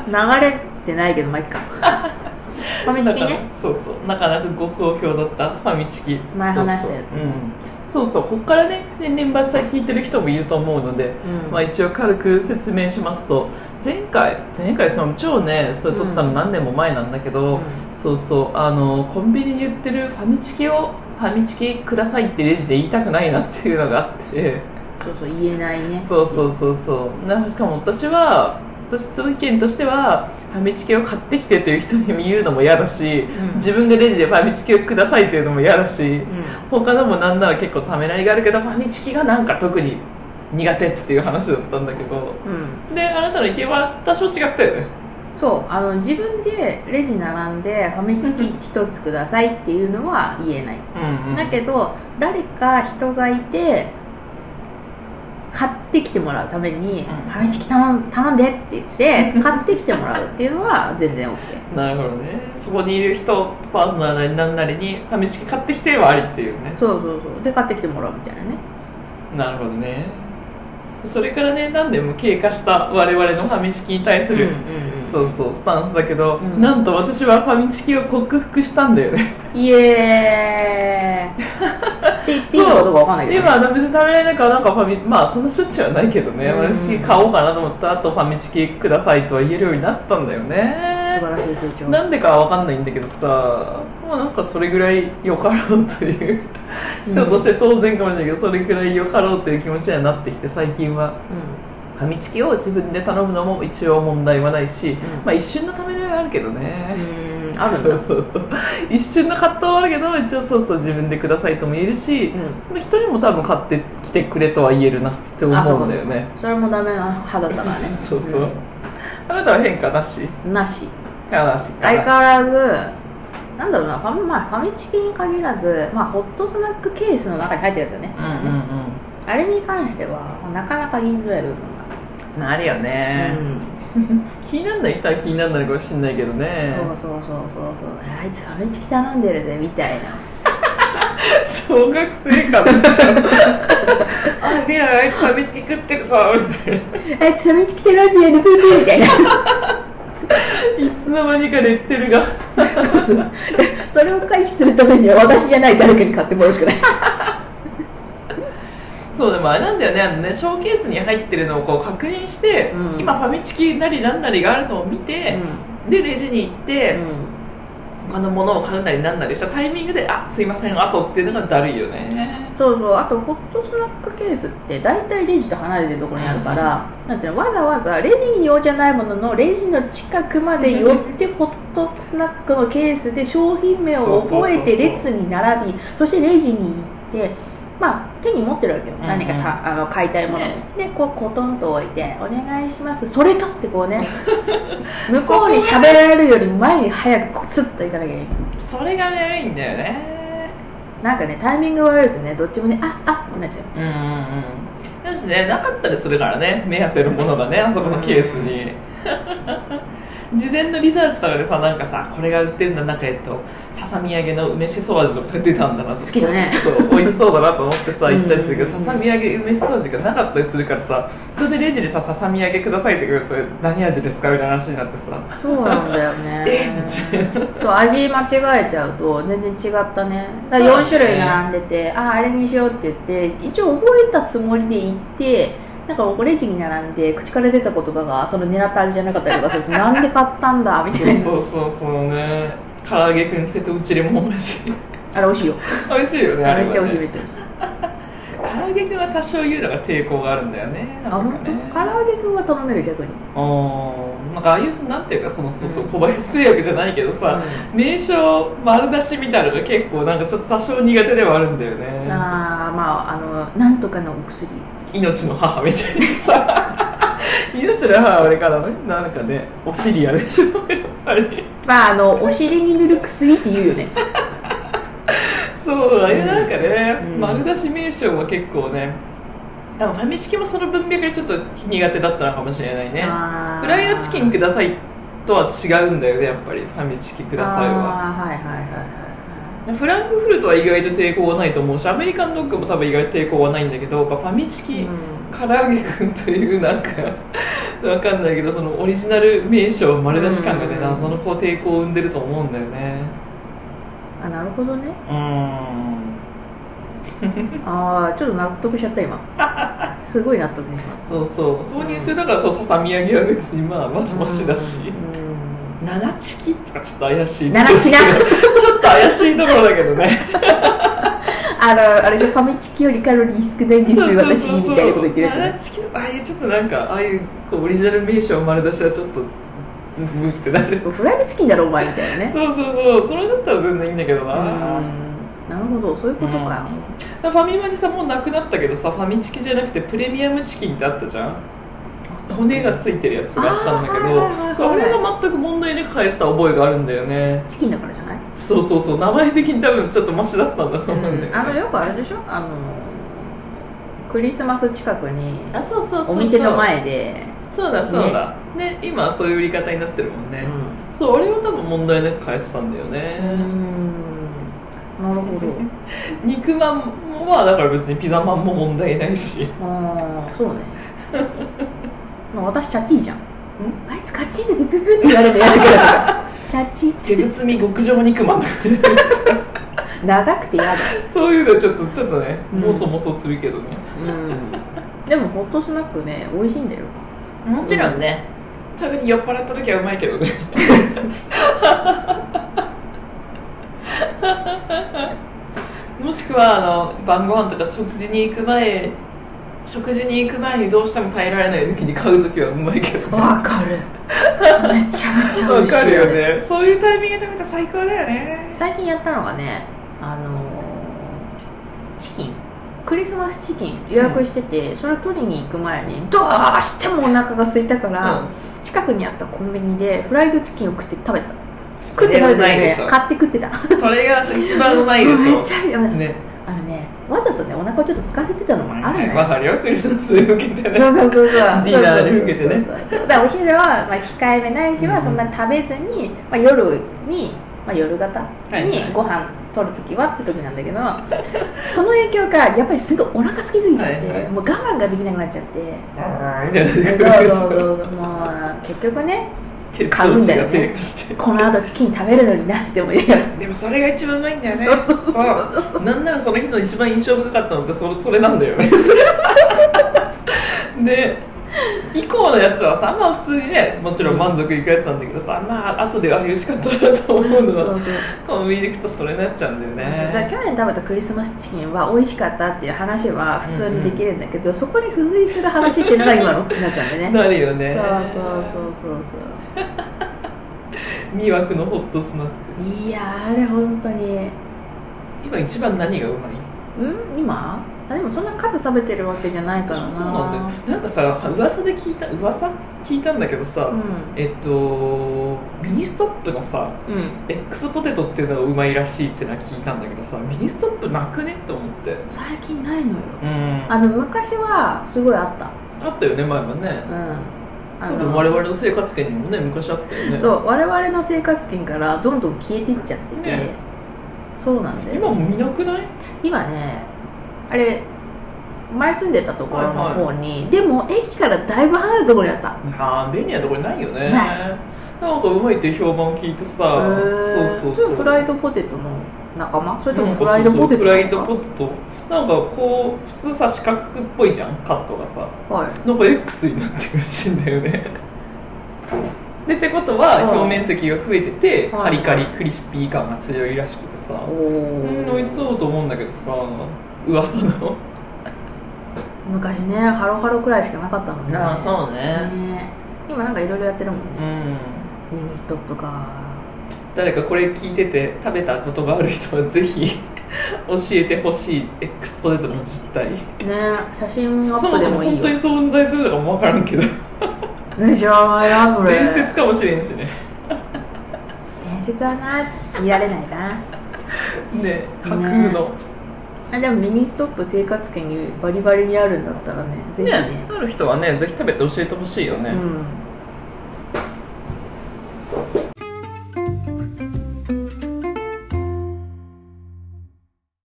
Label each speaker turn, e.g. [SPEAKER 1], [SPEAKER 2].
[SPEAKER 1] 流れてないけどまあいっかファミチキね。
[SPEAKER 2] そうそう、なかなかご好評だったファミチキ。
[SPEAKER 1] 前話したやつね。
[SPEAKER 2] そうそう、ここからね森林伐採聞いてる人もいると思うので、まあ、一応軽く説明しますと、前回その超ねそれ撮ったの何年も前なんだけど、そうそう、コンビニに売ってるファミチキくださいってレジで言いたくないなっていうのがあって、
[SPEAKER 1] そうそう言えないね。
[SPEAKER 2] そうしかも私の意見としてはファミチキを買ってきてという人に言うのも嫌だし、自分がレジでファミチキをくださいというのも嫌だし、他のもなんなら結構ためらいがあるけどファミチキがなんか特に苦手っていう話だったんだけど、であなたの意見は多少違ったよね。
[SPEAKER 1] そう自分でレジ並んでファミチキ1つくださいっていうのは言えないだけど、誰か人がいて買ってきてもらうために、ファミチキ頼んでって言って買ってきてもらうっていうのは全然 OK
[SPEAKER 2] なるほどね。そこにいる人パートナーなり何なりにファミチキ買ってきてはありっていうね。
[SPEAKER 1] そうで買ってきてもらうみたいなね。な
[SPEAKER 2] るほどね。それからね何年も経過した我々のファミチキに対する、スタンスだけど、なんと私はファミチキを克服したんだよね。
[SPEAKER 1] イエーイって言っていいのかどうか分かんないけど、ね、
[SPEAKER 2] 今別に食べられないからなんかファミまあそんなしょっちゅうはないけどね、ファミチキ買おうかなと思ったらあとファミチキくださいとは言えるようになったんだよね。
[SPEAKER 1] 素晴らしい成長。
[SPEAKER 2] なんでかは分かんないんだけどさ、まあなんかそれぐらいよかろうという人として当然かもしれないけど、それぐらいよかろうという気持ちにはなってきて、最近は、ファミチキを自分で頼むのも一応問題はないし、まあ一瞬のためらいはあるけどね。
[SPEAKER 1] あるんだ。
[SPEAKER 2] そう一瞬の葛藤はあるけど、一応自分でくださいとも言えるし、人にも多分買ってきてくれとは言えるなって思うんだよね。
[SPEAKER 1] それもダメな派だったからね。
[SPEAKER 2] あなたは変化なし
[SPEAKER 1] なし。
[SPEAKER 2] なし。
[SPEAKER 1] 相変わらずなんだろうな、ファミチキに限らず、ホットスナックケースの中に入ってるやつよね。あれに関してはなかなか言いづらい部分
[SPEAKER 2] があるよね。気にならない人は気にならないかもしれないけどね。
[SPEAKER 1] そうあいつファミチキ頼んでるぜみたいな
[SPEAKER 2] 小学生かなあ、見ろあいつファミチキ食ってるぞみたいな、
[SPEAKER 1] あいつファミチキ頼んでるみたいない
[SPEAKER 2] つの間にかレッテルが
[SPEAKER 1] それを回避するためには私じゃない誰かに買ってもらうしかない
[SPEAKER 2] そうでもあれなんだよね、ショーケースに入ってるのをこう確認して、今ファミチキなりなんなりがあるのを見て、でレジに行って、他のものを買うなりなんなりしたタイミングですいませんあとっていうのがだるいよね。
[SPEAKER 1] あとホットスナックケースって大体レジと離れてるところにあるから、なんていうの、わざわざレジに用じゃないもののレジの近くまで寄ってホットスナックのケースで商品名を覚えて列に並び、そしてレジに行って手に持ってるわけよ、何か買いたいものを、でこうコトンと置いてお願いします、それとってこうね向こうに喋られるより前に早くコツッといかなきゃいけない。
[SPEAKER 2] それが悪いんだよね。
[SPEAKER 1] なんかねタイミング悪いとねどっちもねってなっちゃう。
[SPEAKER 2] だしね、なかったりするからね、目当てのものがね、あそこのケースに事前のリサーチとかでさ、なんかさ、これが売ってるんだ、なんかささみ揚げの梅しそ味とか出たんだなと、
[SPEAKER 1] 好きだね、
[SPEAKER 2] そう美味しそうだなと思ってさ行ったりするけど、ささみ揚げ梅しそ味がなかったりするからさ、それでレジでささみ揚げくださいって言うと何味ですかみたいな話になってさ、
[SPEAKER 1] そうなんだよねそう味間違えちゃうと全然違ったね。だから4種類並んでて、あれにしようって言って一応覚えたつもりで行って、なんかレジに並んで口から出た言葉がその狙った味じゃなかったりとかするとなんで買ったんだみたいな
[SPEAKER 2] そうね。唐揚げくん瀬戸内レモン味
[SPEAKER 1] あれ美味しいよ
[SPEAKER 2] 美味しいよね、あれ
[SPEAKER 1] めっちゃ美味しい、めっちゃ美味しい
[SPEAKER 2] 唐揚げくんは多少言うのが抵抗があるんだよね。
[SPEAKER 1] 本当？唐揚げくんは頼める逆に。
[SPEAKER 2] なんかああいうなんていうか小林製薬じゃないけどさ、名称丸出しみたいなのが結構なんかちょっと多少苦手ではあるんだよね。
[SPEAKER 1] なんとかのお薬、
[SPEAKER 2] 命の母みたいなさ命の母はあれかな、なんかねお尻やでしょやっぱり
[SPEAKER 1] お尻に塗る薬って言うよね
[SPEAKER 2] そうあれなんかね、丸出し名称は結構ね、ファミチキもその文脈でちょっと苦手だったのかもしれないね。フライドチキンくださいとは違うんだよね、やっぱりファミチキくださいは。フランクフルトは意外と抵抗はないと思うし、アメリカンドッグも多分意外と抵抗はないんだけど、ファミチキ、唐揚げくんというなんかわかんないけど、そのオリジナル名称丸出し感がね、
[SPEAKER 1] うん
[SPEAKER 2] 謎のこう抵抗を生んでると思うんだよね。
[SPEAKER 1] あ、なるほどね。
[SPEAKER 2] あ
[SPEAKER 1] ああ、ちょっと納得しちゃった今。すごい納得します。
[SPEAKER 2] そうそうに言って、だからそう、ささみやぎは別にまあまだマシだし、七チキとかちょっと怪しい、
[SPEAKER 1] 七チキな
[SPEAKER 2] ちょっと怪しいところだけどね。
[SPEAKER 1] あれでしょ、ファミチキよりカロリー少ないんですよ私みたいなこと言ってるやつね。
[SPEAKER 2] 七チキ、ああいうちょっとなんかああいうこうオリジナル名称丸出しはちょっとムってなる。
[SPEAKER 1] フライドチキンだろお前みたいなね。
[SPEAKER 2] そうそれだったら全然いいんだけどな。
[SPEAKER 1] なるほど、そういうことか。
[SPEAKER 2] ファミマにさ、もうなくなったけどさ、ファミチキじゃなくてプレミアムチキンってあったじゃん。骨がついてるやつがあったんだけど、それが全く問題なく返した覚えがあるんだよね。
[SPEAKER 1] チキンだからじゃない？
[SPEAKER 2] そう名前的に多分ちょっとマシだったんだと思うんだよね。
[SPEAKER 1] よくあれでしょ、クリスマス近くに
[SPEAKER 2] お
[SPEAKER 1] 店の前で、
[SPEAKER 2] そうだね、今はそういう売り方になってるもんね。そう、俺は多分問題なく返ってたんだよね。
[SPEAKER 1] なるほど。
[SPEAKER 2] 肉まんはだから別にピザまんも問題ないし。
[SPEAKER 1] ああ、そうね。私チャチーじゃん。あいつ買ってんだぜ、ピュピュって言われるのやだからチャチ
[SPEAKER 2] 手包み極上肉まんとか
[SPEAKER 1] 長くてやだ。
[SPEAKER 2] そういうのちょっとね、もそもそするけどね。
[SPEAKER 1] でもホットスナックね、美味しいんだよ。
[SPEAKER 2] もちろんね、特に酔っ払った時はうまいけどね。もしくは晩ご飯とか食事に行く前にどうしても耐えられない時に買う時はうまいけど、ね、
[SPEAKER 1] わかる。めちゃめちゃ美味しい。
[SPEAKER 2] わかるよね。そういうタイミングで食べたら最高だよね。
[SPEAKER 1] 最近やったのがね、チキン、クリスマスチキン予約してて、それを取りに行く前にどうしてもお腹が空いたから、近くにあったコンビニでフライドチキンを食べてた。食べてね、買って食ってた。
[SPEAKER 2] それが一番うまいでしょ。
[SPEAKER 1] めっちゃね、わざとね、お腹をちょっと空かせてたのもあるのよ。
[SPEAKER 2] わかるよ、クリスマスに向けてね。
[SPEAKER 1] そうデ
[SPEAKER 2] ィナーに向けてね。
[SPEAKER 1] だからお昼は控えめないしはそんなに食べずに、夜に、夜型にご飯取るときはって時なんだけど、その影響がやっぱりすごいお腹空きすぎちゃって、もう我慢ができなくなっちゃって、そうもう結局ね、買うんだよね。この後チキン食べるのになって思いながら。
[SPEAKER 2] でもそれが一番うまいんだよね。そうなんならその日の一番印象深かったのってそれなんだよね。で以降のやつはさ、普通にね、もちろん満足いくやつなんだけどさ、後で美味しかったなと思うのはコンビニで行くとそれになっちゃうんだよね。
[SPEAKER 1] だから去年食べたクリスマスチキンは美味しかったっていう話は普通にできるんだけど、そこに付随する話っていうのが今のってなっちゃうんでね。
[SPEAKER 2] なるよね。
[SPEAKER 1] そう
[SPEAKER 2] 魅惑のホットスナック。
[SPEAKER 1] いやあれ本当に
[SPEAKER 2] 今一番何がうまい？
[SPEAKER 1] 今？でもそんな数食べてるわけじゃないからな。
[SPEAKER 2] そうなんだよ。なんかさ、噂聞いたんだけどさ、ミニストップのさ、X ポテトっていうのがうまいらしいってのは聞いたんだけどさ、ミニストップなくねって思って。
[SPEAKER 1] 最近ないのよ。昔はすごいあった。
[SPEAKER 2] あったよね、前はね。我々の生活圏にもね、昔あったよね。
[SPEAKER 1] そう、我々の生活圏からどんどん消えていっちゃってて、そうなんだよね。
[SPEAKER 2] 今も見なくない？
[SPEAKER 1] 今ね、あれ前住んでたところの方に、でも駅からだいぶ離れたところにあった。
[SPEAKER 2] 便利なところにないよね。なんかうまいっていう評判を聞いてさ、そう
[SPEAKER 1] フライドポテトの仲間？それともフライドポテト？
[SPEAKER 2] フライドポテトなんかこう普通さ、四角っぽいじゃん、カットがさ、なんか X になってるらしいんだよね。でってことは表面積が増えてて、カリカリクリスピー感が強いらしくてさ、美味しそうと思うんだけどさ、噂の
[SPEAKER 1] 昔ね、ハロハロくらいしかなかったもんね。
[SPEAKER 2] そうね。
[SPEAKER 1] 今なんかいろいろやってるもんね。ミニストップか。
[SPEAKER 2] 誰かこれ聞いてて食べたことがある人はぜひ教えてほしい。 X ポテトの実態ね、
[SPEAKER 1] 写真アップでもいいよ。
[SPEAKER 2] そもそも本当に存在するのかも分からんけど
[SPEAKER 1] 知らないな、それ。
[SPEAKER 2] 伝説かもしれんしね。
[SPEAKER 1] 伝説はな、見られないな。
[SPEAKER 2] ね、架空の。
[SPEAKER 1] でもミニストップ生活圏にバリバリにあるんだったらね、ぜひね。
[SPEAKER 2] ある人はね、ぜひ食べて教えてほしいよね。